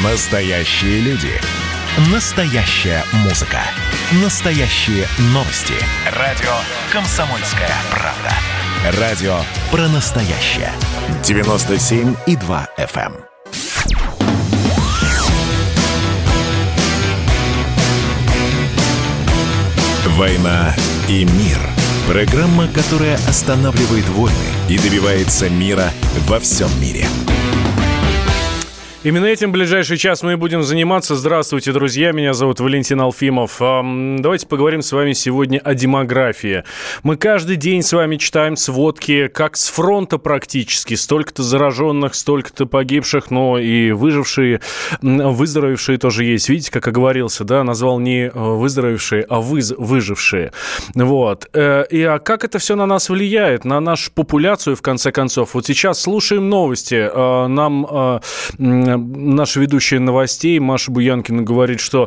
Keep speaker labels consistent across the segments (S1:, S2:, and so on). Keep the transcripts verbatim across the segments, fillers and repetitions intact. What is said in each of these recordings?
S1: Настоящие люди. Настоящая музыка. Настоящие новости. Радио «Комсомольская правда». Радио про настоящее. девяносто семь и два эф эм. «Война и мир». Программа, которая останавливает войны и добивается мира во всем мире.
S2: Именно этим в ближайший час мы и будем заниматься. Здравствуйте, друзья, меня зовут Валентин Алфимов. Давайте поговорим с вами сегодня о демографии. Мы каждый день с вами читаем сводки, как с фронта практически. Столько-то зараженных, столько-то погибших, но и выжившие, выздоровевшие тоже есть. Видите, как оговорился, да, назвал не выздоровевшие, а выз- выжившие. Вот. И а как это все на нас влияет, на нашу популяцию, в конце концов? Вот сейчас слушаем новости. Нам... Наша ведущая новостей Маша Буянкина говорит, что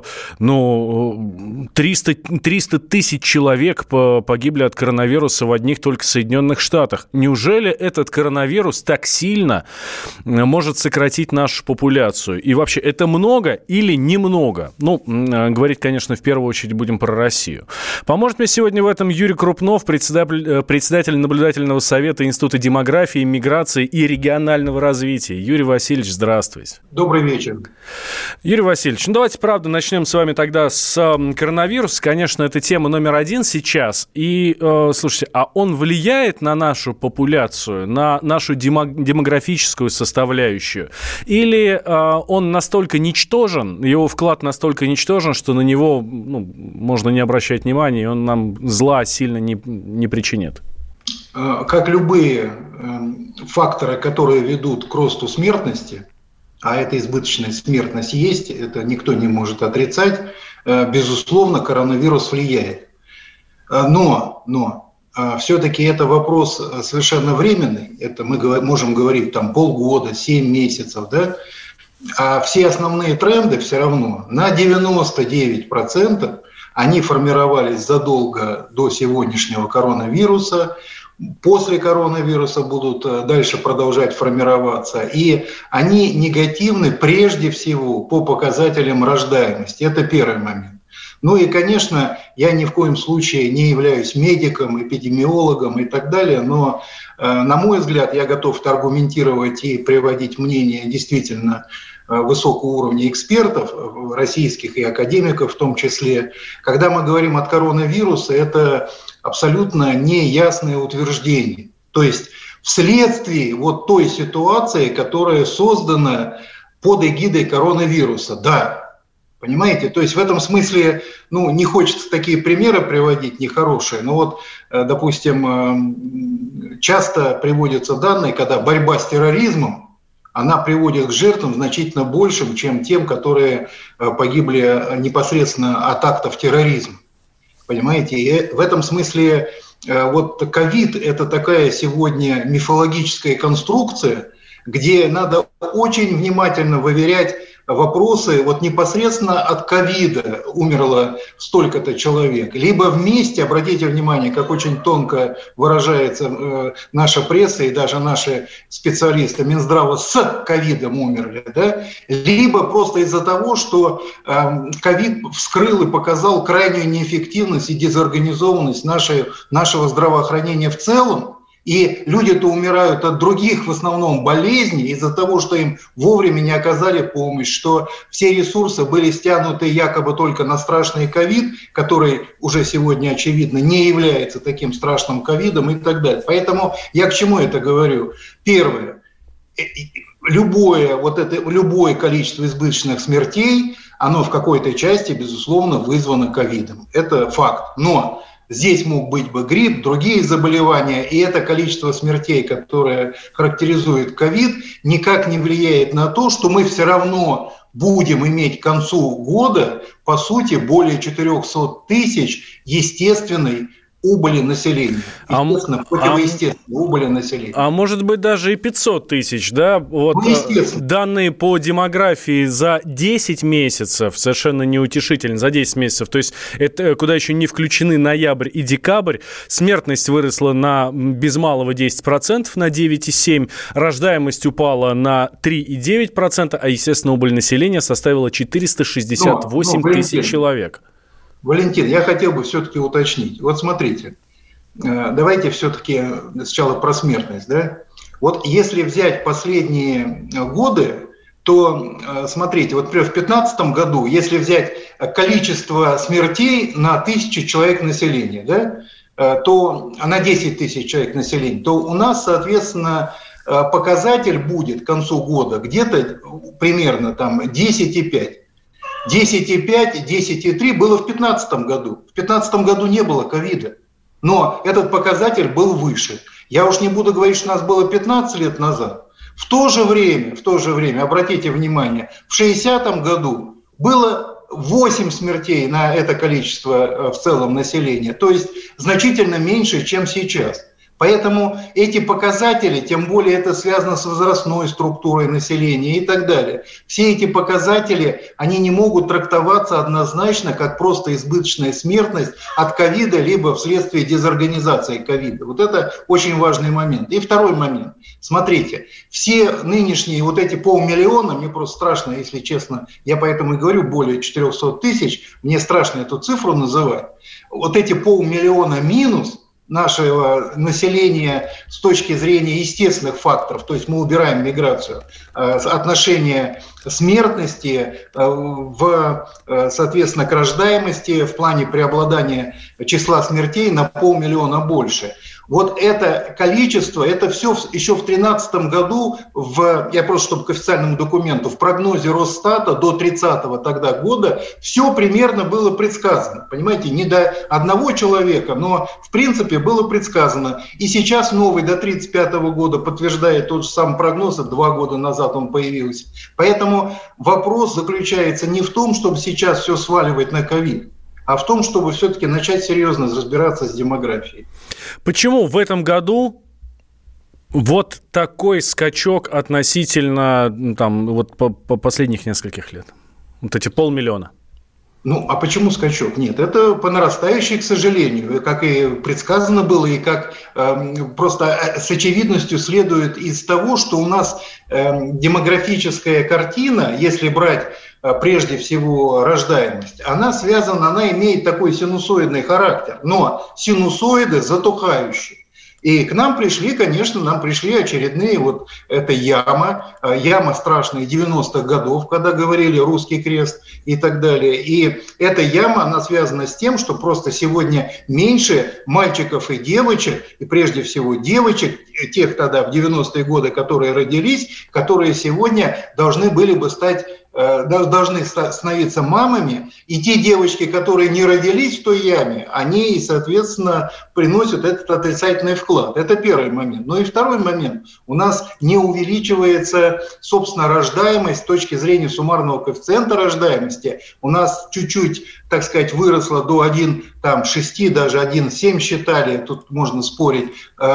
S2: ну, триста, триста тысяч человек погибли от коронавируса в одних только Соединенных Штатах. Неужели этот коронавирус так сильно может сократить нашу популяцию? И вообще, это много или немного? Ну, говорить, конечно, в первую очередь будем про Россию. Поможет мне сегодня в этом Юрий Крупнов, председатель, председатель наблюдательного совета Института демографии, миграции и регионального развития. Юрий Васильевич, здравствуйте.
S3: Добрый вечер.
S2: Юрий Васильевич, ну давайте, правда, начнем с вами тогда с э, коронавируса. Конечно, это тема номер один сейчас. И, э, слушайте, а он влияет на нашу популяцию, на нашу демо- демографическую составляющую? Или э, он настолько ничтожен, его вклад настолько ничтожен, что на него ну, можно не обращать внимания, и он нам зла сильно не, не причинит?
S3: Как любые факторы, которые ведут к росту смертности, а эта избыточная смертность есть, это никто не может отрицать, безусловно, коронавирус влияет. Но, но все-таки это вопрос совершенно временный, это мы можем говорить там полгода, семь месяцев, да? А все основные тренды все равно на девяносто девять процентов они формировались задолго до сегодняшнего коронавируса. После коронавируса будут дальше продолжать формироваться. И они негативны прежде всего по показателям рождаемости. Это первый момент. Ну и, конечно, я ни в коем случае не являюсь медиком, эпидемиологом и так далее, но, на мой взгляд, я готов аргументировать и приводить мнение действительно высокого уровня экспертов, российских и академиков в том числе. Когда мы говорим о коронавирусе, это абсолютно неясное утверждение. То есть вследствие вот той ситуации, которая создана под эгидой коронавируса. Да, понимаете? То есть в этом смысле, ну, не хочется такие примеры приводить нехорошие, но вот, допустим, часто приводятся данные, когда борьба с терроризмом, она приводит к жертвам значительно большим, чем тем, которые погибли непосредственно от актов терроризма. Понимаете? И в этом смысле вот ковид – это такая сегодня мифологическая конструкция, где надо очень внимательно выверять вопросы. Вот непосредственно от ковида умерло столько-то человек. Либо вместе, обратите внимание, как очень тонко выражается э, наша пресса и даже наши специалисты Минздрава, с ковидом умерли. Да? Либо просто из-за того, что э, ковид вскрыл и показал крайнюю неэффективность и дезорганизованность нашей, нашего здравоохранения в целом. И люди-то умирают от других, в основном, болезней из-за того, что им вовремя не оказали помощь, что все ресурсы были стянуты якобы только на страшный ковид, который уже сегодня, очевидно, не является таким страшным ковидом и так далее. Поэтому я к чему это говорю? Первое. Любое, вот это, любое количество избыточных смертей, оно в какой-то части, безусловно, вызвано ковидом. Это факт. Но здесь мог быть бы грипп, другие заболевания, и это количество смертей, которое характеризует ковид, никак не влияет на то, что мы все равно будем иметь к концу года, по сути, более четыреста тысяч естественной убыли населения. Естественно, а, противоестественной а, убыли населения.
S2: А может быть, даже и пятьсот тысяч, да? Вот,
S3: ну,
S2: данные по демографии за десять месяцев совершенно неутешительны. За десять месяцев. То есть, это куда еще не включены ноябрь и декабрь. Смертность выросла на без малого десять процентов, на девять целых семь десятых. Рождаемость упала на три целых девять десятых процента, а, естественно, убыль населения составила четыреста шестьдесят восемь но, но, тысяч человек.
S3: Валентин, я хотел бы все-таки уточнить. Вот смотрите, давайте все-таки сначала про смертность. Да? Вот если взять последние годы, то смотрите, вот, например, в две тысячи пятнадцатом году, если взять количество смертей на тысячу человек населения, да, то на десять тысяч человек населения, то у нас, соответственно, показатель будет к концу года где-то примерно там десять целых пять десятых. десять целых пять, десять целых три было в две тысячи пятнадцатом году. В две тысячи пятнадцатом году не было ковида, но этот показатель был выше. Я уж не буду говорить, что у нас было пятнадцать лет назад. В то же время, в то же время, обратите внимание, в шестидесятом году было восемь смертей на это количество в целом населения, то есть значительно меньше, чем сейчас. Поэтому эти показатели, тем более это связано с возрастной структурой населения и так далее, все эти показатели, они не могут трактоваться однозначно как просто избыточная смертность от ковида, либо вследствие дезорганизации ковида. Вот это очень важный момент. И второй момент. Смотрите, все нынешние вот эти полмиллиона, мне просто страшно, если честно, я поэтому и говорю более четыреста тысяч, мне страшно эту цифру называть. Вот эти полмиллиона минус нашего населения с точки зрения естественных факторов, то есть мы убираем миграцию, отношение смертности в, соответственно, к рождаемости в плане преобладания числа смертей на полмиллиона больше. Вот это количество, это все еще в две тысячи тринадцатом году, в, я просто чтобы к официальному документу, в прогнозе Росстата до тридцатого тогда года все примерно было предсказано. Понимаете, не до одного человека, но в принципе было предсказано. И сейчас новый до тридцать пятого года подтверждает тот же самый прогноз, два года назад он появился. Поэтому вопрос заключается не в том, чтобы сейчас все сваливать на ковид, а в том, чтобы все-таки начать серьезно разбираться с демографией.
S2: Почему в этом году вот такой скачок относительно там, вот, по, по последних нескольких лет? Вот эти полмиллиона.
S3: Ну, а почему скачок? Нет, это по нарастающей, к сожалению, как и предсказано было, и как э, просто с очевидностью следует из того, что у нас э, демографическая картина, если брать э, прежде всего рождаемость, она связана, она имеет такой синусоидный характер, но синусоиды затухающие. И к нам пришли, конечно, нам пришли очередные, вот эта яма, яма страшная девяностых годов, когда говорили «русский крест» и так далее. И эта яма, она связана с тем, что просто сегодня меньше мальчиков и девочек, и прежде всего девочек, тех тогда в девяностые годы, которые родились, которые сегодня должны были бы стать должны становиться мамами, и те девочки, которые не родились в той яме, они, соответственно, приносят этот отрицательный вклад. Это первый момент. Но и второй момент. У нас не увеличивается, собственно, рождаемость с точки зрения суммарного коэффициента рождаемости. У нас чуть-чуть, так сказать, выросла до один целых шесть десятых, даже один целых семь десятых считали, тут можно спорить,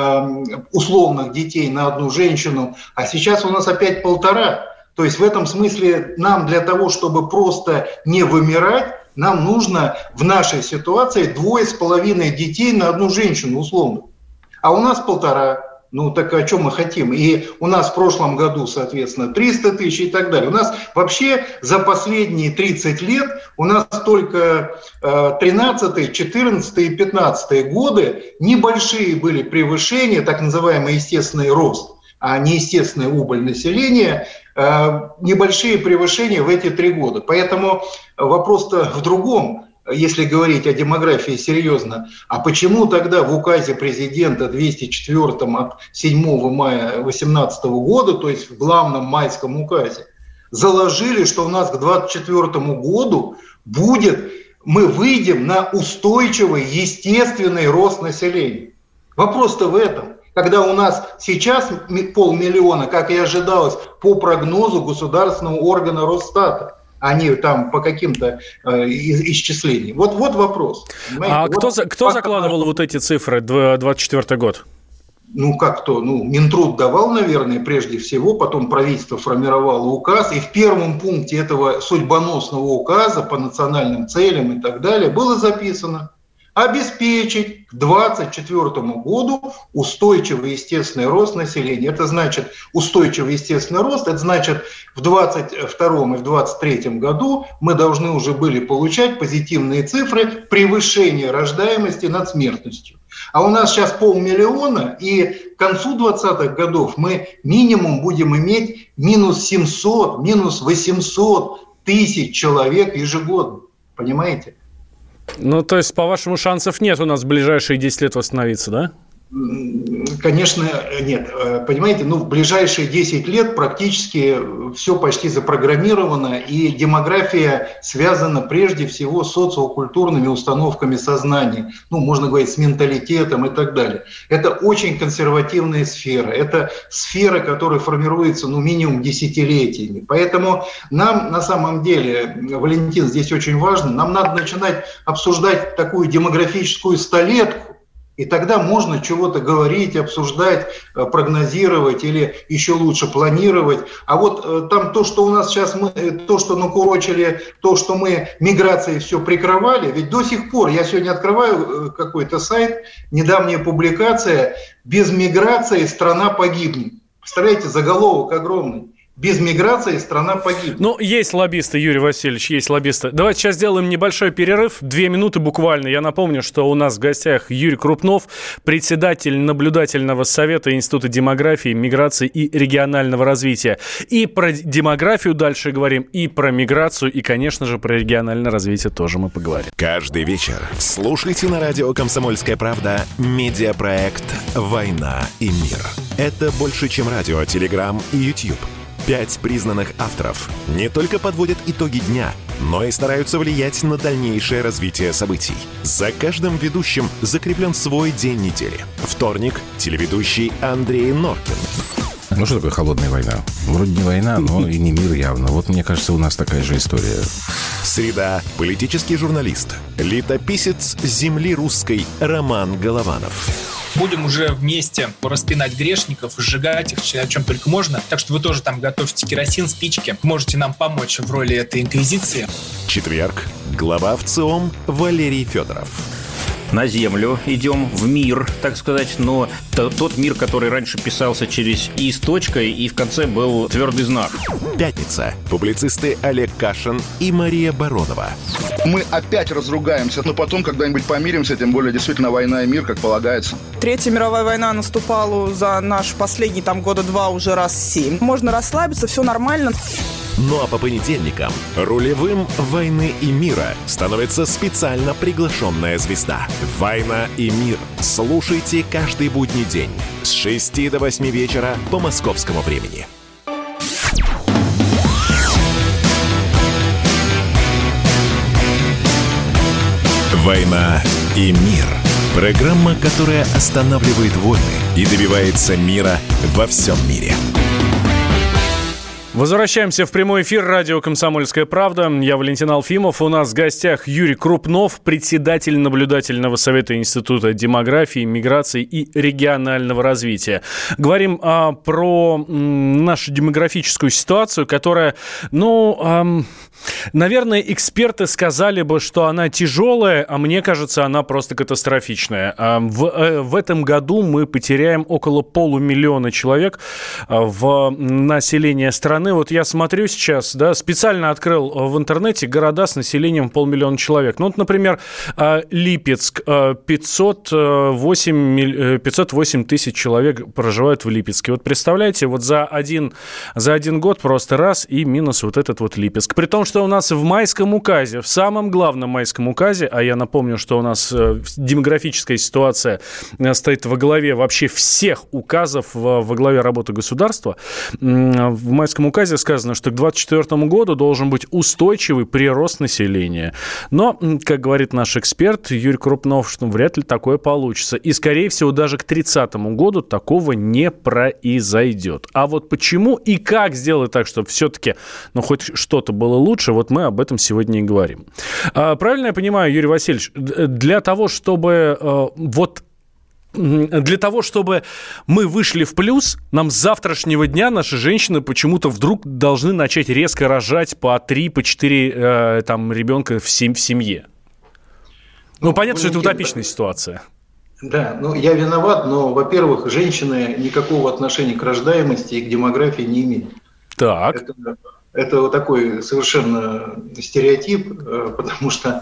S3: условных детей на одну женщину, а сейчас у нас опять полтора. То есть в этом смысле нам для того, чтобы просто не вымирать, нам нужно в нашей ситуации двое с половиной детей на одну женщину, условно. А у нас полтора. Ну так о чем мы хотим? И у нас в прошлом году, соответственно, триста тысяч и так далее. У нас вообще за последние тридцать лет у нас только тринадцатый, четырнадцатый и пятнадцатый годы небольшие были превышения, так называемый естественный рост, а не естественная убыль населения, небольшие превышения в эти три года. Поэтому вопрос-то в другом, если говорить о демографии серьезно. А почему тогда в указе президента двести четвёртом от седьмого мая две тысячи восемнадцатого года, то есть в главном майском указе, заложили, что у нас к двадцать четвёртому году будет, мы выйдем на устойчивый естественный рост населения? Вопрос-то в этом. Когда у нас сейчас полмиллиона, как и ожидалось по прогнозу государственного органа Росстата. а не там по каким-то э, исчислениям. Вот, вот вопрос. Понимаете?
S2: А
S3: вот,
S2: кто, за, кто закладывал вот эти цифры, двадцать четвёртый год?
S3: Ну, как то? Ну, Минтруд давал, наверное, прежде всего, потом правительство формировало указ, и в первом пункте этого судьбоносного указа по национальным целям и так далее было записано: обеспечить к двадцать четвёртому году устойчивый естественный рост населения. Это значит, устойчивый естественный рост, это значит, в двадцать втором и в двадцать третьем году мы должны уже были получать позитивные цифры превышения рождаемости над смертностью. А у нас сейчас полмиллиона, и к концу двадцатых годов мы минимум будем иметь минус семьсот, минус восемьсот тысяч человек ежегодно. Понимаете?
S2: Ну, то есть, по-вашему, шансов нет у нас в ближайшие десять лет восстановиться, да?
S3: Конечно, нет. Понимаете, ну, в ближайшие десять лет практически все почти запрограммировано, и демография связана прежде всего с социокультурными установками сознания, ну, можно говорить, с менталитетом и так далее. Это очень консервативная сфера, это сфера, которая формируется, ну, минимум десятилетиями. Поэтому нам, на самом деле, Валентин, здесь очень важно, нам надо начинать обсуждать такую демографическую столетку, и тогда можно чего-то говорить, обсуждать, прогнозировать или еще лучше планировать. А вот там то, что у нас сейчас, мы, то, что накурочили, то, что мы миграцией все прикрывали, ведь до сих пор, я сегодня открываю какой-то сайт, недавняя публикация: «Без миграции страна погибнет». Представляете, заголовок огромный. Без миграции страна погибнет.
S2: Ну, есть лоббисты, Юрий Васильевич, есть лоббисты. Давайте сейчас сделаем небольшой перерыв, две минуты буквально. Я напомню, что у нас в гостях Юрий Крупнов, председатель наблюдательного совета Института демографии, миграции и регионального развития. И про демографию дальше говорим, и про миграцию, и, конечно же, про региональное развитие тоже мы поговорим.
S1: Каждый вечер слушайте на радио «Комсомольская правда» медиапроект «Война и мир». Это больше, чем радио, телеграм и YouTube. Пять признанных авторов не только подводят итоги дня, но и стараются влиять на дальнейшее развитие событий. За каждым ведущим закреплен свой день недели. Вторник – телеведущий Андрей Норкин.
S4: Ну, что такое холодная война? Вроде не война, но и не мир явно. Вот, мне кажется, у нас такая же история.
S1: Среда – политический журналист, летописец земли русской Роман Голованов.
S5: Будем уже вместе распинать грешников, сжигать их, о чем только можно. Так что вы тоже там готовьте керосин, спички. Можете нам помочь в роли этой инквизиции.
S1: Четверг. Глава ВЦИОМ Валерий Федоров.
S6: На землю идем, в мир, так сказать, но тот мир, который раньше писался через «и» с точкой, и в конце был твердый знак.
S1: Пятница. Публицисты Олег Кашин и Мария Баронова.
S7: Мы опять разругаемся, но потом когда-нибудь помиримся, тем более действительно война и мир, как полагается.
S8: Третья мировая война наступала за наш последний там года два уже раз семь. Можно расслабиться, все нормально.
S1: Ну а по понедельникам рулевым «Войны и мира» становится специально приглашенная звезда. «Война и мир». Слушайте каждый будний день с шести до восьми вечера по московскому времени. «Война и мир». Программа, которая останавливает войны и добивается мира во всем мире.
S2: Возвращаемся в прямой эфир радио «Комсомольская правда». Я Валентин Алфимов. У нас в гостях Юрий Крупнов, председатель наблюдательного совета Института демографии, миграции и регионального развития. Говорим а, про м, нашу демографическую ситуацию, которая, ну, эм, наверное, эксперты сказали бы, что она тяжелая, а мне кажется, она просто катастрофичная. А в, э, в этом году мы потеряем около полумиллиона человек в населении страны. Вот я смотрю сейчас, да, специально открыл в интернете города с населением полмиллиона человек. Ну, вот, например, Липецк. пятьсот восемь тысяч человек проживают в Липецке. Вот представляете, вот за один, за один год просто раз и минус вот этот вот Липецк. При том, что у нас в майском указе, в самом главном майском указе, а я напомню, что у нас демографическая ситуация стоит во главе вообще всех указов во главе работы государства, в майском указе сказано, что к двадцать четвёртому году должен быть устойчивый прирост населения. Но, как говорит наш эксперт Юрий Крупнов, что вряд ли такое получится. И, скорее всего, даже к тридцатому году такого не произойдет. А вот почему и как сделать так, чтобы все-таки, ну, хоть что-то было лучше, вот мы об этом сегодня и говорим. А, правильно я понимаю, Юрий Васильевич, для того, чтобы э, вот Для того, чтобы мы вышли в плюс, нам с завтрашнего дня наши женщины почему-то вдруг должны начать резко рожать по три, по четыре э, там, ребенка в, сем- в семье. Ну, ну понятно, что это утопичная ситуация.
S3: Да, ну я виноват, но, во-первых, женщины никакого отношения к рождаемости и к демографии не имеют.
S2: Так.
S3: Это, это вот такой совершенно стереотип, потому что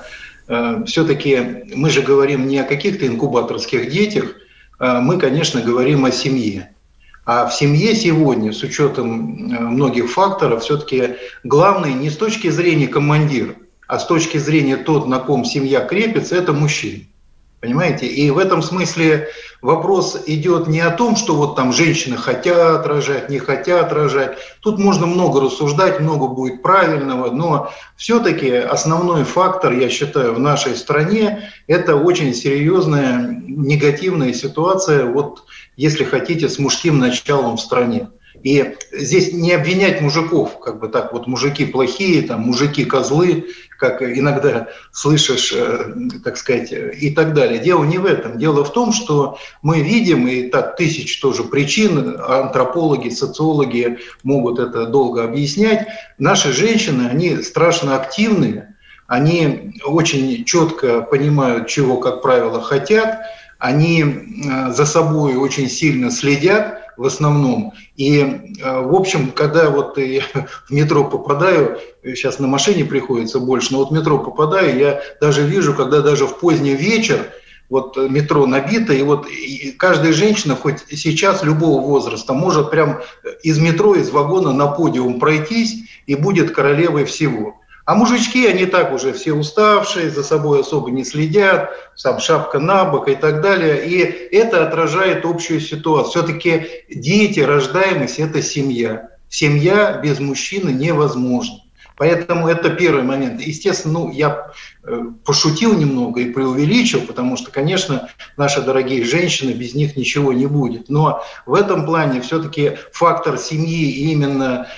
S3: все-таки мы же говорим не о каких-то инкубаторских детях, мы, конечно, говорим о семье. А в семье сегодня, с учетом многих факторов, все-таки главное не с точки зрения командира, а с точки зрения тот, на ком семья крепится, это мужчина. Понимаете? И в этом смысле вопрос идет не о том, что вот там женщины хотят рожать, не хотят рожать. Тут можно много рассуждать, много будет правильного, но все-таки основной фактор, я считаю, в нашей стране – это очень серьезная негативная ситуация, вот если хотите, с мужским началом в стране. И здесь не обвинять мужиков, как бы так вот, мужики плохие, там, мужики козлы, как иногда слышишь, э, так сказать, и так далее. Дело не в этом. Дело в том, что мы видим, и так тысяч тоже причин, антропологи, социологи могут это долго объяснять, наши женщины, они страшно активные, они очень четко понимают, чего, как правило, хотят, они э, за собой очень сильно следят, в основном. И, в общем, когда вот я в метро попадаю, сейчас на машине приходится больше, но вот в метро попадаю, я даже вижу, когда даже в поздний вечер вот метро набито, и вот и каждая женщина, хоть сейчас любого возраста, может прям из метро, из вагона на подиум пройтись и будет королевой всего. А мужички, они так уже все уставшие, за собой особо не следят, сам шапка на бок и так далее. И это отражает общую ситуацию. Все-таки дети, рождаемость – это семья. Семья без мужчины невозможна. Поэтому это первый момент. Естественно, ну, я пошутил немного и преувеличил, потому что, конечно, наши дорогие женщины, без них ничего не будет. Но в этом плане все-таки фактор семьи и именно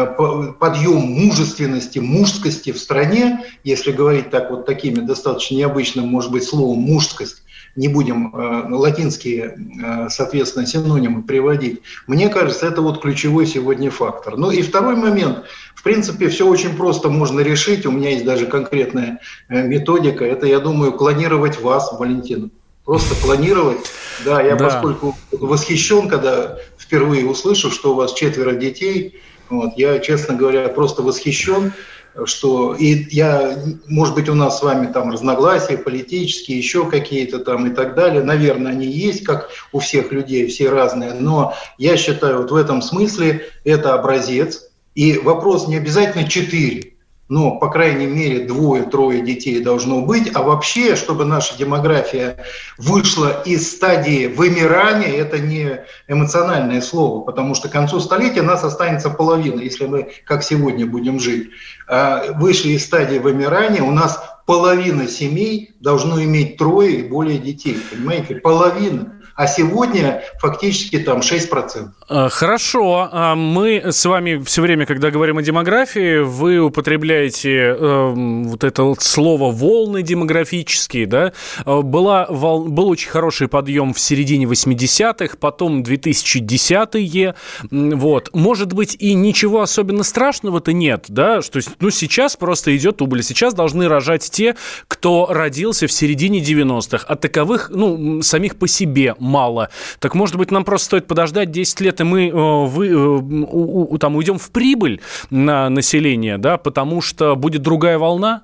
S3: подъем мужественности, мужскости в стране, если говорить так вот такими достаточно необычным, может быть, словом «мужскость», не будем э, латинские, э, соответственно, синонимы приводить, мне кажется, это вот ключевой сегодня фактор. Ну и второй момент. В принципе, все очень просто можно решить. У меня есть даже конкретная э, методика. Это, я думаю, клонировать вас, Валентин. Просто клонировать. Да, я да. поскольку восхищен, когда впервые услышу, что у вас четверо детей, вот, я, честно говоря, просто восхищен, что и я, может быть, у нас с вами там разногласия политические, еще какие-то там и так далее. Наверное, они есть, как у всех людей, все разные. Но я считаю, вот в этом смысле это образец. И вопрос не обязательно четыре, но, по крайней мере, двое-трое детей должно быть. А вообще, чтобы наша демография вышла из стадии вымирания, это не эмоциональное слово, потому что к концу столетия нас останется половина, если мы, как сегодня, будем жить. А вышли из стадии вымирания, у нас половина семей должно иметь трое и более детей, понимаете? Половина. А сегодня фактически там шесть процентов.
S2: Хорошо. Мы с вами все время, когда говорим о демографии, вы употребляете э, вот это вот слово «волны демографические». Да? Была, вол... Был очень хороший подъем в середине восьмидесятых, потом две тысячи десятые. Вот. Может быть, и ничего особенно страшного-то нет. Да? Что, ну, сейчас просто идет убыль. Сейчас должны рожать те, кто родился в середине девяностых. А таковых, ну, самих по себе мало. Так, может быть, нам просто стоит подождать десять лет, и мы э, вы, э, у, у, там, уйдем в прибыль на население, да, потому что будет другая волна?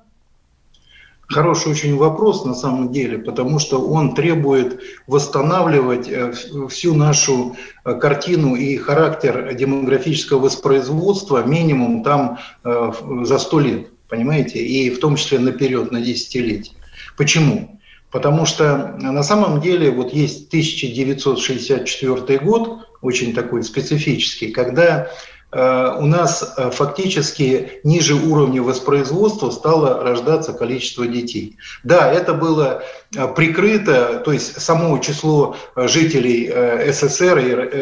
S3: Хороший очень вопрос на самом деле, потому что он требует восстанавливать всю нашу картину и характер демографического воспроизводства минимум там э, за сто лет, понимаете, и в том числе наперед, на десятилетия. Почему? Потому что на самом деле вот есть тысяча девятьсот шестьдесят четвёртый год, очень такой специфический, когда у нас фактически ниже уровня воспроизводства стало рождаться количество детей. Да, это было прикрыто, то есть само число жителей СССР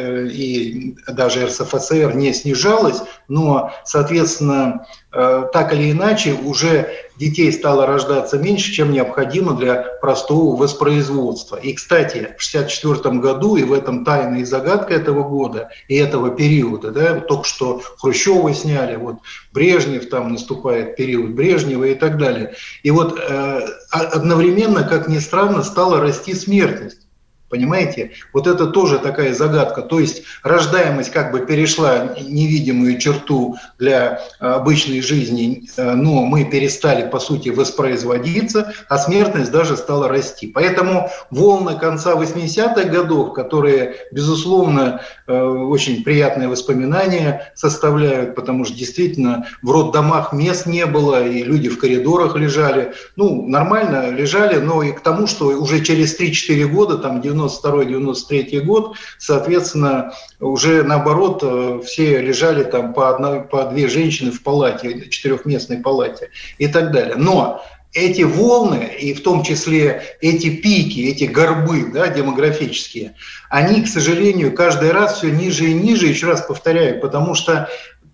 S3: и даже РСФСР не снижалось, но, соответственно, так или иначе уже детей стало рождаться меньше, чем необходимо для простого воспроизводства. И, кстати, в шестьдесят четвёртом году, и в этом тайна и загадка этого года и этого периода, да, только что Хрущева сняли, вот Брежнев, там наступает период Брежнева и так далее. И вот э, одновременно, как ни странно, стала расти смертность. Понимаете? Вот это тоже такая загадка. То есть рождаемость как бы перешла невидимую черту для обычной жизни, но мы перестали, по сути, воспроизводиться, а смертность даже стала расти. Поэтому волны конца восьмидесятых годов, которые, безусловно, очень приятные воспоминания составляют, потому что действительно в роддомах мест не было, и люди в коридорах лежали. Ну, нормально лежали, но и к тому, что уже через три-четыре года, там, девяносто второй - девяносто третий год, соответственно, уже наоборот все лежали там по, одной, по две женщины в палате, четырехместной палате и так далее. Но эти волны, и в том числе эти пики, эти горбы, да, демографические, они, к сожалению, каждый раз все ниже и ниже, еще раз повторяю, потому что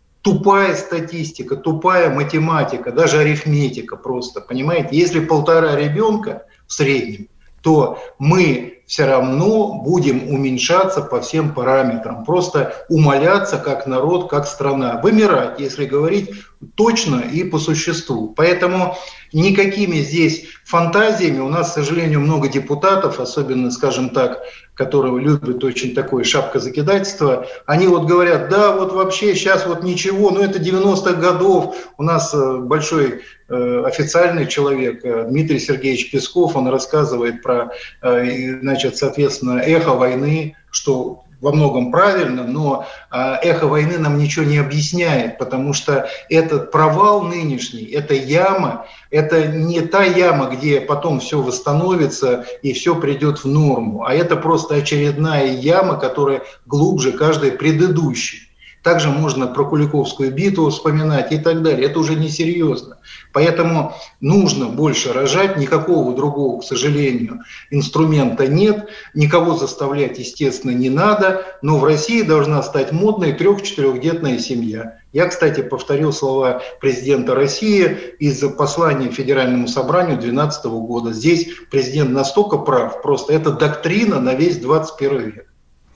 S3: тупая статистика, тупая математика, даже арифметика просто, понимаете? Если полтора ребенка в среднем, то мы все равно будем уменьшаться по всем параметрам, просто умаляться как народ, как страна, вымирать, если говорить точно и по существу. Поэтому никакими здесь фантазиями, у нас, к сожалению, много депутатов, особенно, скажем так, которые любят очень такое шапкозакидательство, они вот говорят, да, вот вообще сейчас вот ничего, ну это девяностых годов, у нас большой э, официальный человек Дмитрий Сергеевич Песков, он рассказывает про, э, значит, соответственно, эхо войны, что во многом правильно, но эхо войны нам ничего не объясняет, потому что этот провал нынешний, эта яма, это не та яма, где потом все восстановится и все придет в норму, а это просто очередная яма, которая глубже каждой предыдущей. Также можно про Куликовскую битву вспоминать и так далее. Это уже несерьезно. Поэтому нужно больше рожать. Никакого другого, к сожалению, инструмента нет. Никого заставлять, естественно, не надо. Но в России должна стать модной трех-четырехдетная семья. Я, кстати, повторил слова президента России из послания Федеральному собранию две тысячи двенадцатого года. Здесь президент настолько прав. Просто это доктрина на весь двадцать первый век.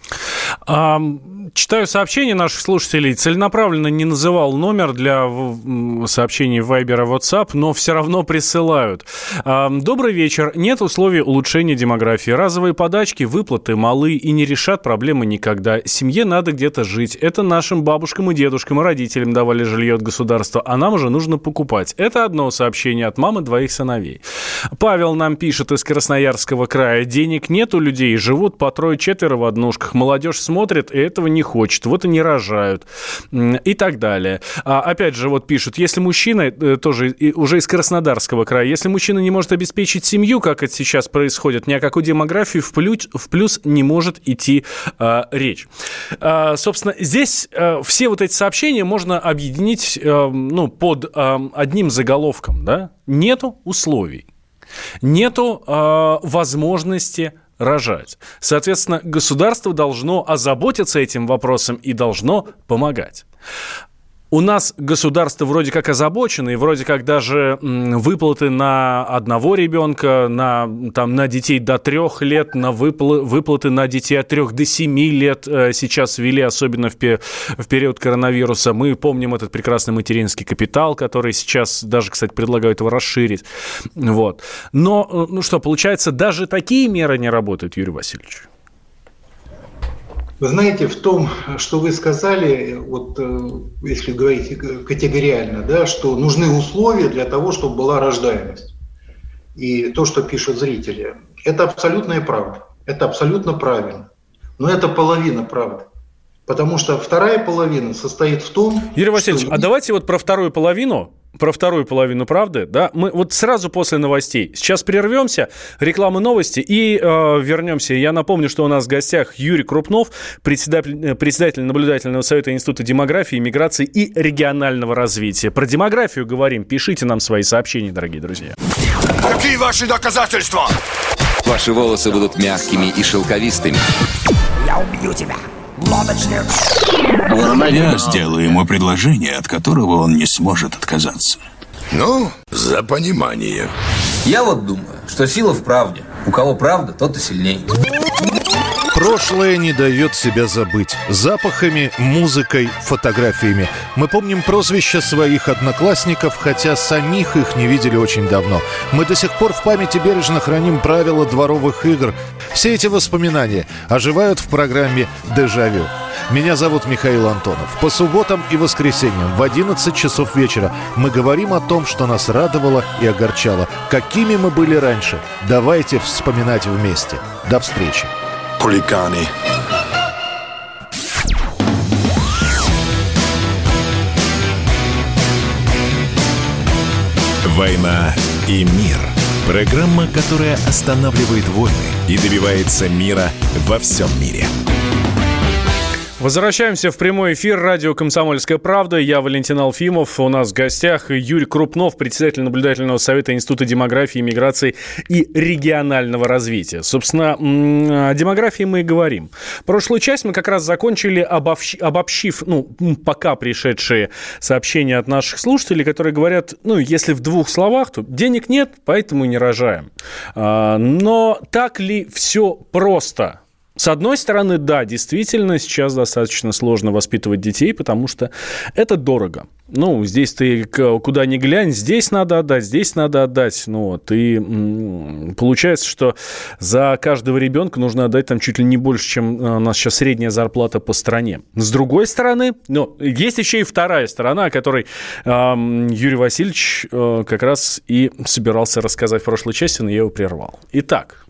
S2: Читаю сообщения наших слушателей. Целенаправленно не называл номер для сообщений в Viber и WhatsApp, но все равно присылают. Добрый вечер. Нет условий улучшения демографии. Разовые подачки, выплаты малы и не решат проблемы никогда. Семье надо где-то жить. Это нашим бабушкам и дедушкам и родителям давали жилье от государства, а нам уже нужно покупать. Это одно сообщение от мамы двоих сыновей. Павел нам пишет из Красноярского края. Денег нет у людей, живут по трое-четверо в однушках. Молодежь смотрит и этого не хочет, вот и не рожают и так далее. А, опять же, вот пишут, если мужчина, тоже уже из Краснодарского края, если мужчина не может обеспечить семью, как это сейчас происходит, ни о какой демографии в плюс, в плюс не может идти а, речь. А, собственно, здесь а, все вот эти сообщения можно объединить а, ну, под а, одним заголовком, да? Нету условий, нету а, возможности рожать. Соответственно, государство должно озаботиться этим вопросом и должно помогать. У нас государство вроде как озабочено, и вроде как даже выплаты на одного ребенка, на, там, на детей до трех лет, на выпл- выплаты на детей от трех до семи лет сейчас ввели, особенно в, пе- в период коронавируса. Мы помним этот прекрасный материнский капитал, который сейчас даже, кстати, предлагают его расширить. Вот. Но, ну что, получается, даже такие меры не работают, Юрий Васильевич?
S3: Вы знаете, в том, что вы сказали, вот если говорить категориально, да, что нужны условия для того, чтобы была рождаемость. И то, что пишут зрители, это абсолютная правда. Это абсолютно правильно. Но это половина правды. Потому что вторая половина состоит в том...
S2: Юрий Васильевич, что... а давайте вот про вторую половину про вторую половину правды, да, мы вот сразу после новостей сейчас прервемся, реклама, новости и э, вернемся. Я напомню, что у нас в гостях Юрий Крупнов, председатель, председатель наблюдательного совета Института демографии, миграции и регионального развития. Про демографию говорим. Пишите нам свои сообщения, дорогие друзья.
S9: Какие ваши доказательства?
S10: Ваши волосы будут мягкими и шелковистыми.
S9: Я убью тебя, лодочник. Я сделаю ему предложение, от которого он не сможет отказаться.
S11: Ну, за понимание.
S12: Я вот думаю, что сила в правде. У кого правда, тот и сильней.
S13: Прошлое не дает себя забыть. Запахами, музыкой, фотографиями. Мы помним прозвища своих одноклассников, хотя самих их не видели очень давно. Мы до сих пор в памяти бережно храним правила дворовых игр. Все эти воспоминания оживают в программе «Дежавю». Меня зовут Михаил Антонов. По субботам и воскресеньям в одиннадцать часов вечера мы говорим о том, что нас радовало и огорчало. Какими мы были раньше. Давайте вспоминать вместе. До встречи.
S11: Хулиганы.
S1: «Война и мир». Программа, которая останавливает войны и добивается мира во всем мире.
S2: Возвращаемся в прямой эфир. Радио «Комсомольская правда». Я Валентин Алфимов. У нас в гостях Юрий Крупнов, председатель наблюдательного совета Института демографии, миграции и регионального развития. Собственно, о демографии мы и говорим. Прошлую часть мы как раз закончили, обобщ... обобщив, ну, пока пришедшие сообщения от наших слушателей, которые говорят, ну, если в двух словах, то денег нет, поэтому и не рожаем. Но так ли все просто? С одной стороны, да, действительно, сейчас достаточно сложно воспитывать детей, потому что это дорого. Ну, здесь ты куда ни глянь, здесь надо отдать, здесь надо отдать. Ну, вот, и м- получается, что за каждого ребенка нужно отдать там чуть ли не больше, чем у нас сейчас средняя зарплата по стране. С другой стороны, ну, есть еще и вторая сторона, о которой э, Юрий Васильевич э, как раз и собирался рассказать в прошлой части, но я его прервал. Итак.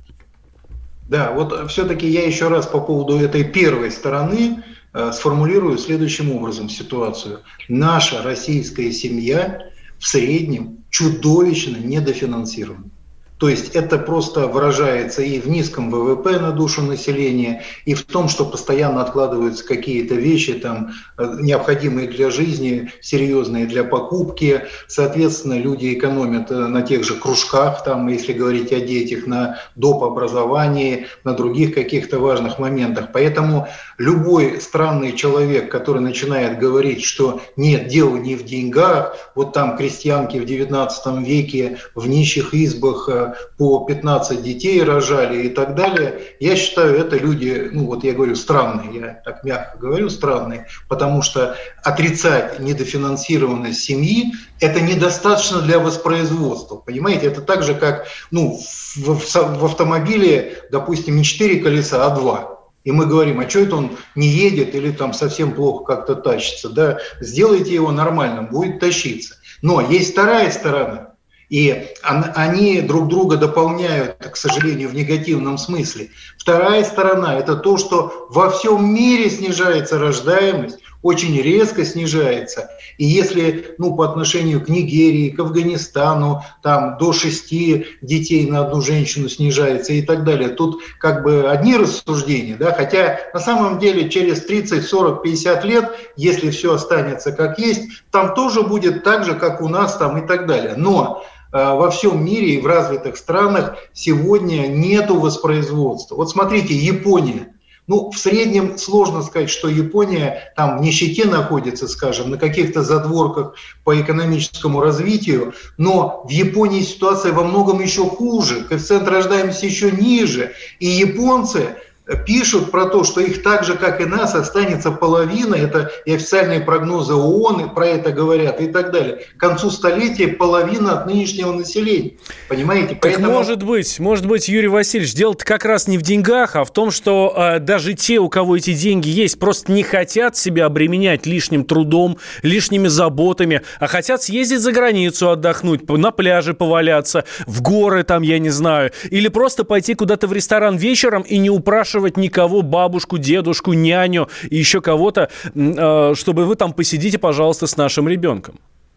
S3: Да, вот все-таки я еще раз по поводу этой первой стороны э, сформулирую следующим образом ситуацию. Наша российская семья в среднем чудовищно недофинансирована. То есть это просто выражается и в низком вэ вэ пэ на душу населения, и в том, что постоянно откладываются какие-то вещи, там, необходимые для жизни, серьезные для покупки. Соответственно, люди экономят на тех же кружках, там, если говорить о детях, на доп. Образовании, на других каких-то важных моментах. Поэтому любой странный человек, который начинает говорить, что нет, дело не в деньгах, вот там крестьянки в девятнадцатом веке в нищих избах по пятнадцать детей рожали и так далее. Я считаю, это люди, ну вот я говорю, странные, я так мягко говорю, странные, потому что отрицать недофинансированность семьи – это недостаточно для воспроизводства, понимаете? Это так же, как ну, в, в, в автомобиле, допустим, не четыре колеса, а два. И мы говорим, а что это он не едет или там совсем плохо как-то тащится? Да, сделайте его нормальным, будет тащиться. Но есть вторая сторона. И они друг друга дополняют, к сожалению, в негативном смысле. Вторая сторона – это то, что во всем мире снижается рождаемость, очень резко снижается. И если ну, по отношению к Нигерии, к Афганистану, там до шести детей на одну женщину снижается и так далее, тут как бы одни рассуждения, да, хотя на самом деле через тридцать, сорок, пятьдесят лет, если все останется как есть, там тоже будет так же, как у нас там и так далее. Но во всем мире и в развитых странах сегодня нету воспроизводства. Вот смотрите, Япония. Ну, в среднем сложно сказать, что Япония там в нищете находится, скажем, на каких-то задворках по экономическому развитию, но в Японии ситуация во многом еще хуже, коэффициент рождаемости еще ниже, и японцы пишут про то, что их так же, как и нас, останется половина, это и официальные прогнозы ООН про это говорят и так далее. К концу столетия половина от нынешнего населения. Понимаете?
S2: Так Поэтому... может быть, может быть, Юрий Васильевич, дело-то как раз не в деньгах, а в том, что э, даже те, у кого эти деньги есть, просто не хотят себя обременять лишним трудом, лишними заботами, а хотят съездить за границу отдохнуть, на пляже поваляться, в горы там, я не знаю, или просто пойти куда-то в ресторан вечером и не упрашивать никого, бабушку, дедушку, няню и еще кого-то, чтобы вы там посидите, пожалуйста, с нашим ребенком.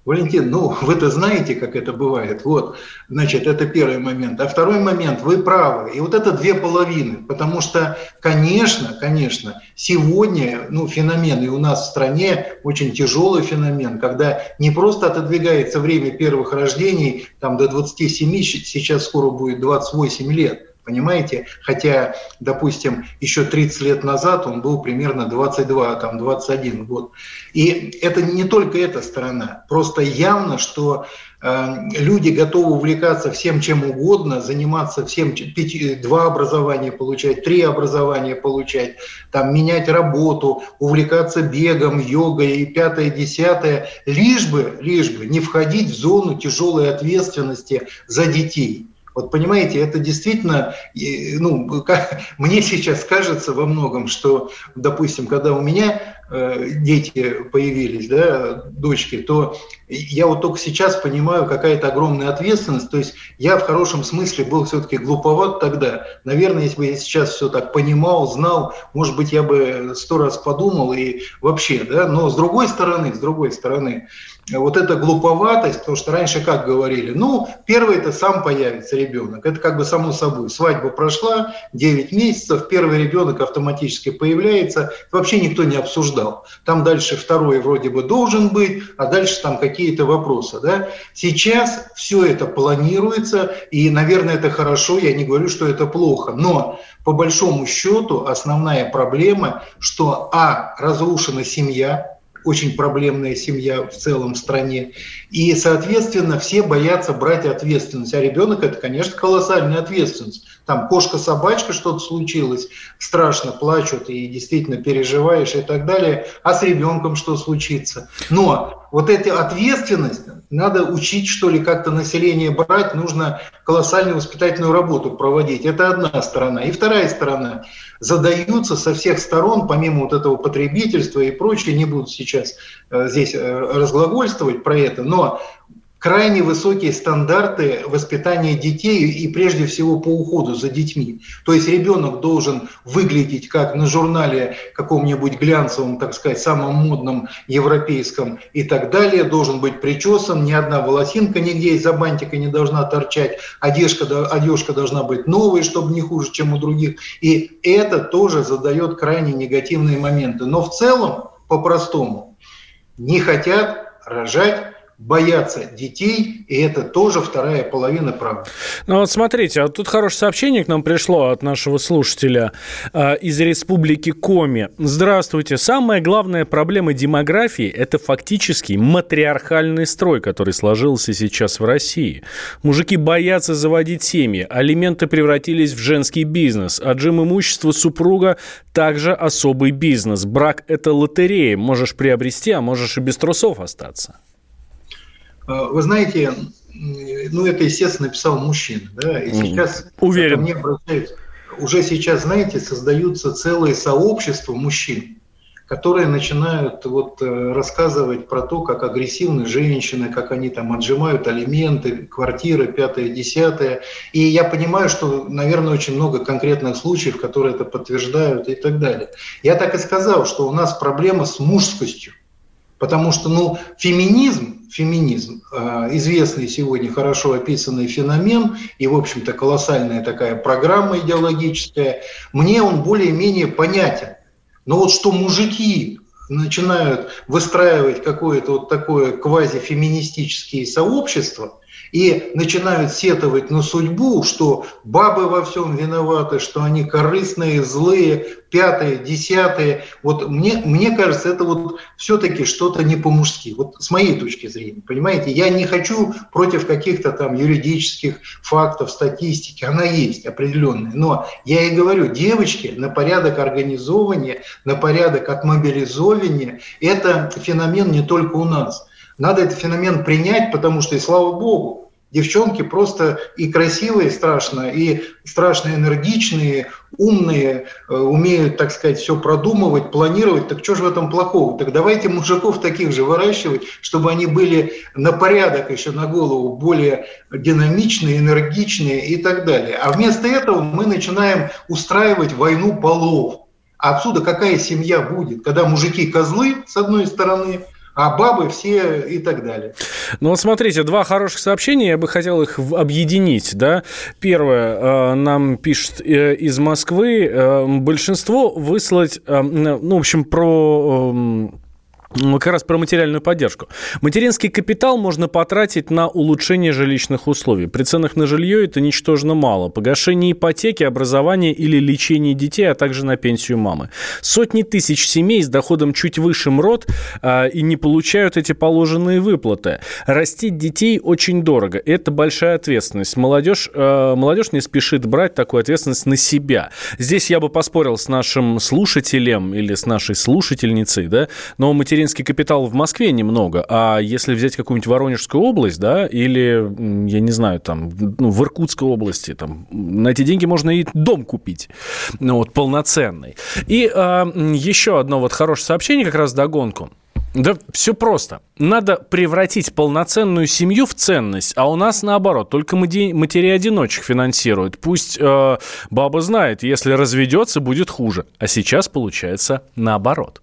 S3: Валентин, ну, вы-то знаете, как это бывает. Вот, значит, это первый момент. А второй момент, вы правы. И вот это две половины. Потому что, конечно, конечно, сегодня, ну, феномен, и у нас в стране очень тяжелый феномен, когда не просто отодвигается время первых рождений, там, до двадцати семи, сейчас скоро будет двадцать восемь лет. Понимаете? Хотя, допустим, еще тридцать лет назад он был примерно двадцать два, там, двадцать один год. И это не только эта сторона. Просто явно, что э, люди готовы увлекаться всем чем угодно, заниматься всем, пять, два образования получать, три образования получать, там, менять работу, увлекаться бегом, йогой и пятое, десятое, лишь бы, лишь бы не входить в зону тяжелой ответственности за детей. Вот понимаете, это действительно, ну, как, мне сейчас кажется во многом, что, допустим, когда у меня э, дети появились, да, дочки, то я вот только сейчас понимаю, какая-то огромная ответственность. То есть я в хорошем смысле был все-таки глуповат тогда. Наверное, если бы я сейчас все так понимал, знал, может быть, я бы сто раз подумал и вообще, да. Но с другой стороны, с другой стороны, вот эта глуповатость, потому что раньше как говорили, ну, первый-то сам появится ребенок, это как бы само собой. Свадьба прошла, девять месяцев, первый ребенок автоматически появляется, вообще никто не обсуждал. Там дальше второй вроде бы должен быть, а дальше там какие-то вопросы, да. Сейчас все это планируется, и, наверное, это хорошо, я не говорю, что это плохо, но по большому счету основная проблема, что, а, разрушена семья, очень проблемная семья в целом в стране. И, соответственно, все боятся брать ответственность. А ребенок – это, конечно, колоссальная ответственность. Там кошка-собачка, что-то случилось, страшно плачут и действительно переживаешь и так далее. А с ребенком что случится? Но вот эта ответственность надо учить, что ли, как-то население брать. Нужно колоссальную воспитательную работу проводить. Это одна сторона. И вторая сторона. Задаются со всех сторон, помимо вот этого потребительства и прочее, не буду сейчас э, здесь э, разглагольствовать про это, но крайне высокие стандарты воспитания детей и прежде всего по уходу за детьми. То есть ребенок должен выглядеть как на журнале каком-нибудь глянцевом, так сказать, самом модном европейском и так далее, должен быть причесан, ни одна волосинка нигде из-за бантика не должна торчать, одежка, одежка должна быть новой, чтобы не хуже, чем у других. И это тоже задает крайне негативные моменты. Но в целом, по-простому, не хотят рожать, боятся детей, и это тоже вторая половина правды.
S2: Ну вот смотрите, а тут хорошее сообщение к нам пришло от нашего слушателя э, из Республики Коми. Здравствуйте. Самая главная проблема демографии – это фактически матриархальный строй, который сложился сейчас в России. Мужики боятся заводить семьи, алименты превратились в женский бизнес, отжим имущества супруга – также особый бизнес. Брак – это лотерея, можешь приобрести, а можешь и без трусов остаться.
S3: Вы знаете, ну это, естественно, написал мужчина, да, и сейчас
S2: Уверен.
S3: ко мне обращаются, уже сейчас, знаете, создаются целые сообщества мужчин, которые начинают вот рассказывать про то, как агрессивны женщины, как они там отжимают алименты, квартиры, пятое, десятое. И я понимаю, что, наверное, очень много конкретных случаев, которые это подтверждают и так далее. Я так и сказал, что у нас проблема с мужскостью. Потому что, ну, феминизм, феминизм, э, известный сегодня хорошо описанный феномен и, в общем-то, колоссальная такая программа идеологическая, мне он более-менее понятен. Но вот что мужики начинают выстраивать какое-то вот такое квазифеминистическое сообщество и начинают сетовать на судьбу, что бабы во всем виноваты, что они корыстные, злые, пятое, десятое. Вот мне, мне кажется, это вот все-таки что-то не по-мужски. Вот с моей точки зрения, понимаете, я не хочу против каких-то там юридических фактов, статистики, она есть определенная. Но я и говорю, девочки на порядок организования, на порядок отмобилизования, это феномен не только у нас. Надо этот феномен принять, потому что, и слава богу, девчонки просто и красивые страшно, и страшно энергичные, умные, э, умеют, так сказать, все продумывать, планировать. Так что же в этом плохого? Так давайте мужиков таких же выращивать, чтобы они были на порядок еще на голову более динамичные, энергичные и так далее. А вместо этого мы начинаем устраивать войну полов. А отсюда какая семья будет? Когда мужики козлы, с одной стороны, а бабы все и так далее.
S2: Ну вот смотрите, два хороших сообщения, я бы хотел их объединить, да. Первое, нам пишет из Москвы, большинство выслать, ну, в общем, про... как раз про материальную поддержку. Материнский капитал можно потратить на улучшение жилищных условий. При ценах на жилье это ничтожно мало. Погашение ипотеки, образование или лечение детей, а также на пенсию мамы. Сотни тысяч семей с доходом чуть выше МРОТ а, и не получают эти положенные выплаты. Растить детей очень дорого. Это большая ответственность. Молодежь, а, молодежь не спешит брать такую ответственность на себя. Здесь я бы поспорил с нашим слушателем или с нашей слушательницей, да, но материнский Материнский капитал в Москве немного, а если взять какую-нибудь Воронежскую область, да, или, я не знаю, там, ну, в Иркутской области, там, на эти деньги можно и дом купить, ну, вот, полноценный. И а, еще одно вот хорошее сообщение, как раз вдогонку. Да все просто. Надо превратить полноценную семью в ценность, а у нас наоборот, только матерей-одиночек финансируют. Пусть э, баба знает, если разведется, будет хуже. А сейчас получается наоборот.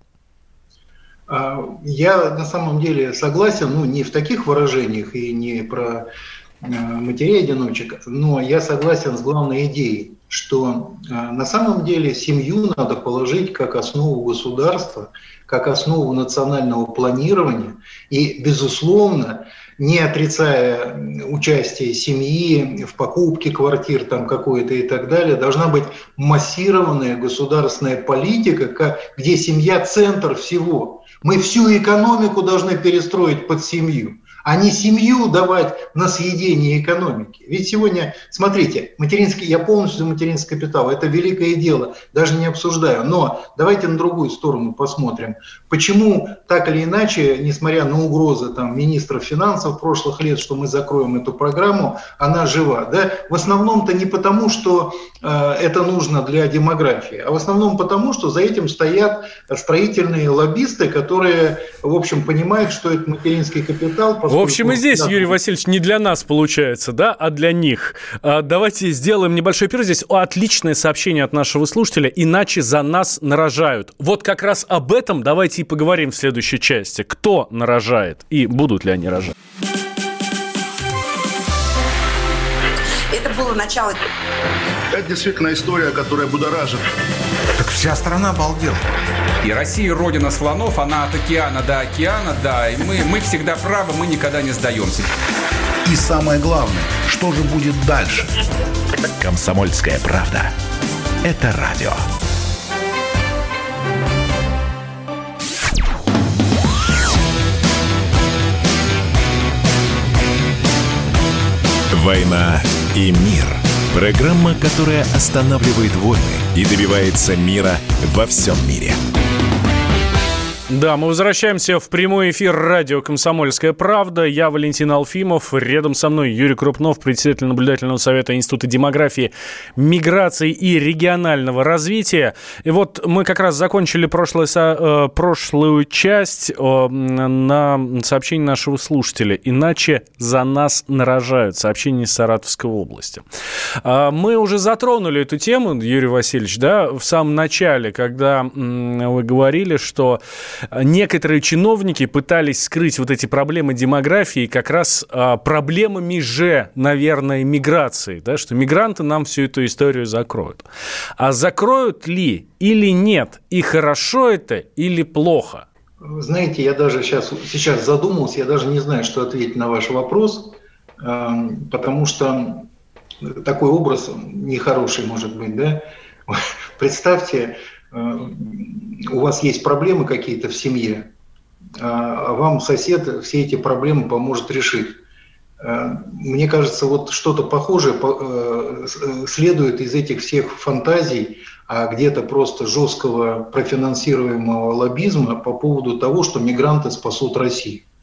S3: Я на самом деле согласен, ну, не в таких выражениях и не про матерей-одиночек, но я согласен с главной идеей, что на самом деле семью надо положить как основу государства, как основу национального планирования и, безусловно, не отрицая участие семьи в покупке квартир там какой-то и так далее, должна быть массированная государственная политика, где семья – центр всего. Мы всю экономику должны перестроить под семью, а не семью давать на съедение экономики. Ведь сегодня, смотрите, материнский, я полностью за материнский капитал, это великое дело, даже не обсуждаю. Но давайте на другую сторону посмотрим. Почему так или иначе, несмотря на угрозы там, министров финансов прошлых лет, что мы закроем эту программу, она жива? Да? В основном-то не потому, что э, это нужно для демографии, а в основном потому, что за этим стоят строительные лоббисты, которые, в общем, понимают, что это материнский капитал.
S2: В общем, и здесь, Юрий Васильевич, не для нас получается, да, а для них. А, давайте сделаем небольшой перерыв. Здесь отличное сообщение от нашего слушателя. Иначе за нас нарожают. Вот как раз об этом давайте и поговорим в следующей части. Кто нарожает и будут ли они рожать?
S14: Это было начало.
S7: Это действительно история, которая будоражит.
S12: Так вся страна обалдела.
S15: И Россия родина слонов, она от океана до океана, да, и мы, мы всегда правы, мы никогда не сдаемся.
S9: И самое главное, что же будет дальше?
S1: «Комсомольская правда». Это радио. «Война и мир». Программа, которая останавливает войны и добивается мира во всем мире.
S2: Да, мы возвращаемся в прямой эфир радио «Комсомольская правда». Я Валентин Алфимов. Рядом со мной Юрий Крупнов, председатель наблюдательного совета Института демографии, миграции и регионального развития. И вот мы как раз закончили прошлое, э, прошлую часть э, на сообщении нашего слушателя. «Иначе за нас нарожают». Сообщение из Саратовской области. Э, мы уже затронули эту тему, Юрий Васильевич, да, в самом начале, когда э, вы говорили, что некоторые чиновники пытались скрыть вот эти проблемы демографии как раз а, проблемами же, наверное, миграции, да, что мигранты нам всю эту историю закроют. А закроют ли или нет? И хорошо это или плохо?
S3: Знаете, я даже сейчас, сейчас задумался, я даже не знаю, что ответить на ваш вопрос, потому что такой образ нехороший может быть, да? Представьте, у вас есть проблемы какие-то в семье, а вам сосед все эти проблемы поможет решить. Мне кажется, вот что-то похожее следует из этих всех фантазий, а где-то просто жесткого профинансируемого лоббизма по поводу того, что мигранты спасут Россию.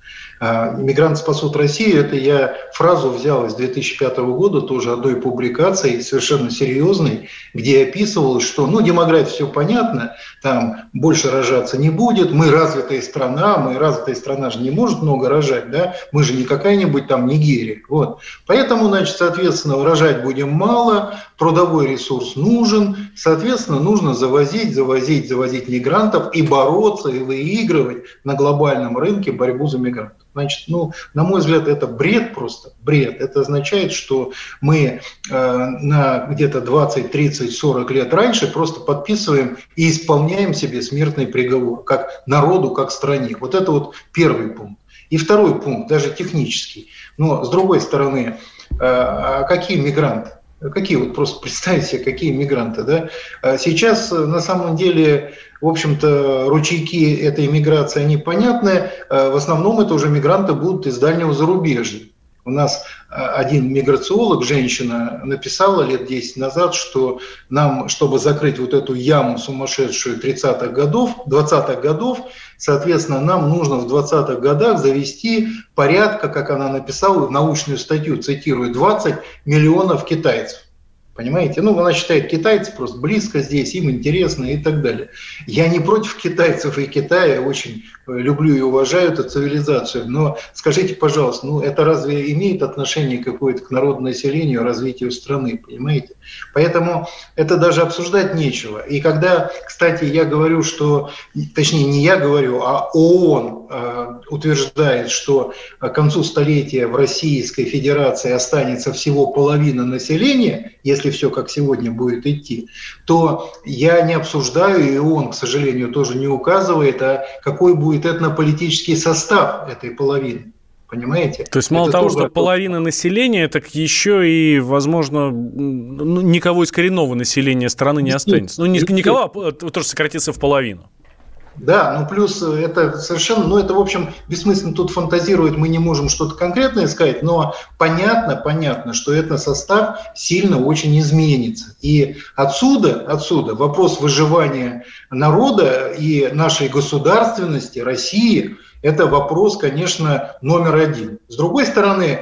S3: «Мигранты спасут Россию» — это я фразу взял из две тысячи пятого года, тоже одной публикации, совершенно серьезной, где описывалось, что, ну, демография, все понятно, там больше рожаться не будет, мы развитая страна, мы развитая страна же не может много рожать, да, мы же не какая-нибудь там Нигерия, вот. Поэтому, значит, соответственно, рожать будем мало, трудовой ресурс нужен, соответственно, нужно завозить, завозить, завозить мигрантов и бороться, и выигрывать на глобальном рынке борьбу за мигрантов. Значит, ну, на мой взгляд, это бред просто, бред. Это означает, что мы э, на где-то двадцать, тридцать, сорок лет раньше просто подписываем и исполняем себе смертный приговор, как народу, как стране. Вот это вот первый пункт. И второй пункт, даже технический. Но с другой стороны, э, а какие мигранты? Какие вот просто представьте себе, какие мигранты, да? Сейчас на самом деле, в общем-то, ручейки этой миграции, они понятны. В основном это уже мигранты будут из дальнего зарубежья. У нас один миграциолог, женщина, написала лет десять назад, что нам, чтобы закрыть вот эту яму сумасшедшую тридцатых годов, двадцатых годов, соответственно, нам нужно в двадцатых годах завести порядка, как она написала, научную статью, цитирую, двадцать миллионов китайцев. Понимаете? Ну, она считает китайцев просто близко здесь, им интересно и так далее. Я не против китайцев и Китая, очень люблю и уважаю эту цивилизацию, но скажите, пожалуйста, ну это разве имеет отношение какое-то к народному населению, развитию страны, понимаете? Поэтому это даже обсуждать нечего. И когда, кстати, я говорю, что, точнее не я говорю, а ООН э, утверждает, что к концу столетия в Российской Федерации останется всего половина населения, если все как сегодня будет идти, то я не обсуждаю, и ООН, к сожалению, тоже не указывает, а какой будет этнополитический состав этой половины. Понимаете?
S2: То есть мало
S3: это
S2: того,
S3: тоже...
S2: что половина населения, так еще и, возможно, ну, никого из коренного населения страны не останется. Ну, никого, а тоже сократится в половину.
S3: Да, ну плюс это совершенно, ну это в общем бессмысленно тут фантазировать, мы не можем что-то конкретное сказать, но понятно, понятно, что этносостав сильно очень изменится. И отсюда, отсюда вопрос выживания народа и нашей государственности, России, это вопрос, конечно, номер один. С другой стороны,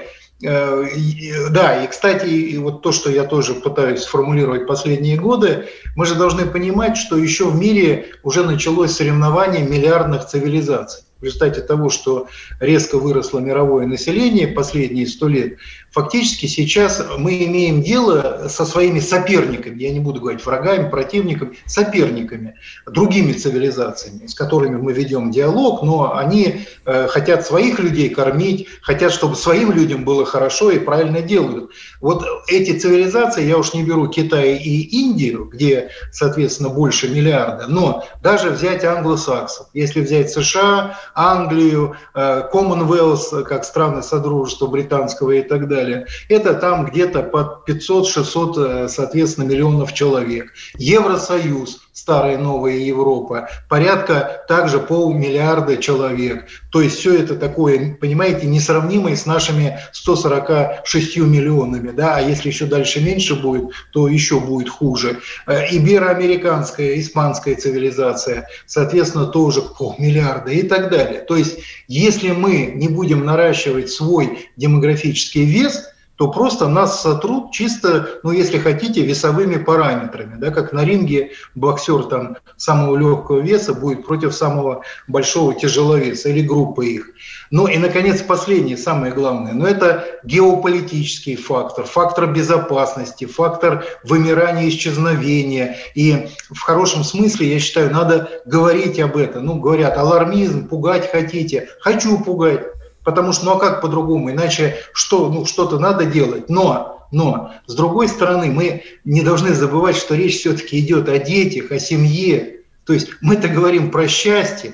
S3: да, и, кстати, и вот то, что я тоже пытаюсь сформулировать последние годы, мы же должны понимать, что еще в мире уже началось соревнование миллиардных цивилизаций. В результате того, что резко выросло мировое население последние сто лет, фактически сейчас мы имеем дело со своими соперниками, я не буду говорить врагами, противниками, соперниками, другими цивилизациями, с которыми мы ведем диалог, но они э, хотят своих людей кормить, хотят, чтобы своим людям было хорошо и правильно делают. Вот эти цивилизации, я уж не беру Китай и Индию, где, соответственно, больше миллиарда, но даже взять англосаксов, если взять США, Англию, Commonwealth, как страны Содружества Британского и так далее, это там где-то под пятьсот-шестьсот, соответственно, миллионов человек. Евросоюз, старая новая Европа, порядка также полмиллиарда человек. То есть все это такое, понимаете, несравнимое с нашими ста сорока шестью миллионами. Да? А если еще дальше меньше будет, то еще будет хуже. Ибероамериканская, испанская цивилизация, соответственно, тоже полмиллиарда и так далее. То есть если мы не будем наращивать свой демографический вес, то просто нас сотрут чисто, ну, если хотите, весовыми параметрами. Да, как на ринге боксер там, самого легкого веса будет против самого большого тяжеловеса или группы их. Ну и, наконец, последнее, самое главное, но это геополитический фактор, фактор безопасности, фактор вымирания, исчезновения. И в хорошем смысле, я считаю, надо говорить об этом. Ну, говорят, алармизм, пугать хотите. Хочу пугать. Потому что, ну а как по-другому, иначе что, ну, что-то надо делать. Но, но, с другой стороны, мы не должны забывать, что речь все-таки идет о детях, о семье. То есть мы-то говорим про счастье.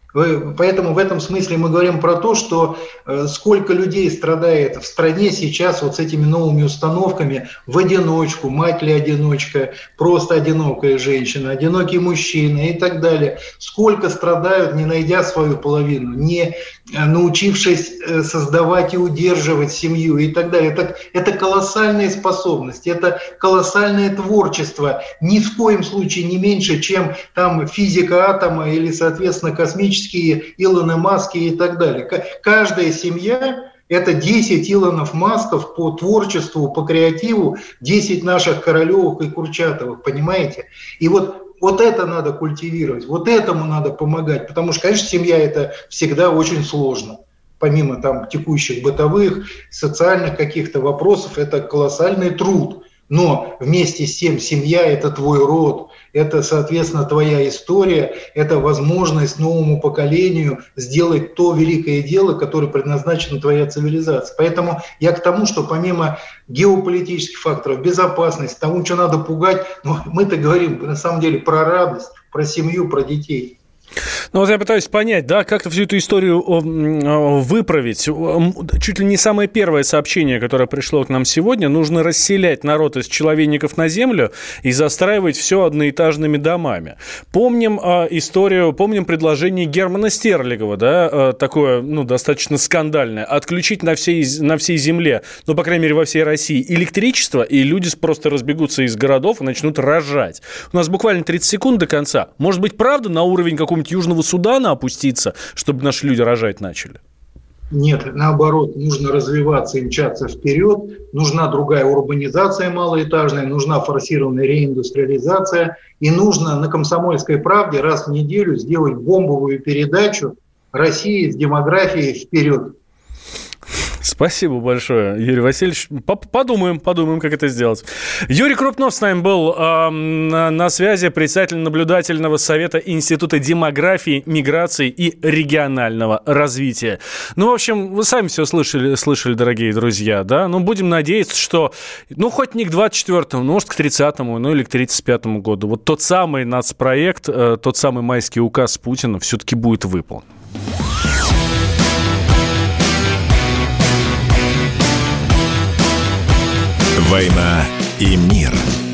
S3: Поэтому в этом смысле мы говорим про то, что сколько людей страдает в стране сейчас вот с этими новыми установками в одиночку, мать ли одиночка, просто одинокая женщина, одинокий мужчина и так далее. Сколько страдают, не найдя свою половину, не научившись создавать и удерживать семью и так далее. Это, это колоссальные способности, это колоссальное творчество, ни в коем случае не меньше, чем там физика атома или, соответственно, космическая геополитические Илоны Маски и так далее. Каждая семья – это десять Илонов Масков по творчеству, по креативу, десять наших Королевых и Курчатовых, понимаете? И вот Вот это надо культивировать, вот этому надо помогать, потому что, конечно, семья – это всегда очень сложно. Помимо там текущих бытовых, социальных каких-то вопросов, это колоссальный труд. Но вместе с тем семья – это твой род, это, соответственно, твоя история, это возможность новому поколению сделать то великое дело, которое предназначена твоя цивилизация. Поэтому я к тому, что помимо геополитических факторов, безопасности, тому, что надо пугать, но мы-то говорим на самом деле про радость, про семью, про детей.
S2: Ну вот я пытаюсь понять, да, как-то всю эту историю выправить. Чуть ли не самое первое сообщение, которое пришло к нам сегодня: нужно расселять народ из человейников на землю и застраивать все одноэтажными домами. Помним э, историю, помним предложение Германа Стерлигова, да, э, такое, ну, достаточно скандальное: отключить на всей, на всей земле, ну, по крайней мере, во всей России электричество, и люди просто разбегутся из городов и начнут рожать. У нас буквально тридцать секунд до конца. Может быть, правда, на уровень какого-нибудь Южного Судана опуститься, чтобы наши люди рожать начали?
S3: Нет, наоборот, нужно развиваться и мчаться вперед. Нужна другая урбанизация малоэтажная, нужна форсированная реиндустриализация. И нужно на «Комсомольской правде» раз в неделю сделать бомбовую передачу «России с демографией вперед».
S2: Спасибо большое, Юрий Васильевич. Подумаем, подумаем, как это сделать. Юрий Крупнов с нами был э, на, на связи, председатель наблюдательного совета Института демографии, миграции и регионального развития. Ну, в общем, вы сами все слышали, слышали, дорогие друзья, да? Ну, будем надеяться, что, ну, хоть не к двадцать четвёртому, ну, может, к тридцатому, ну, или к тридцать пятому году. Вот тот самый нацпроект, э, тот самый майский указ Путина все-таки будет выполнен.
S1: «Война и мир».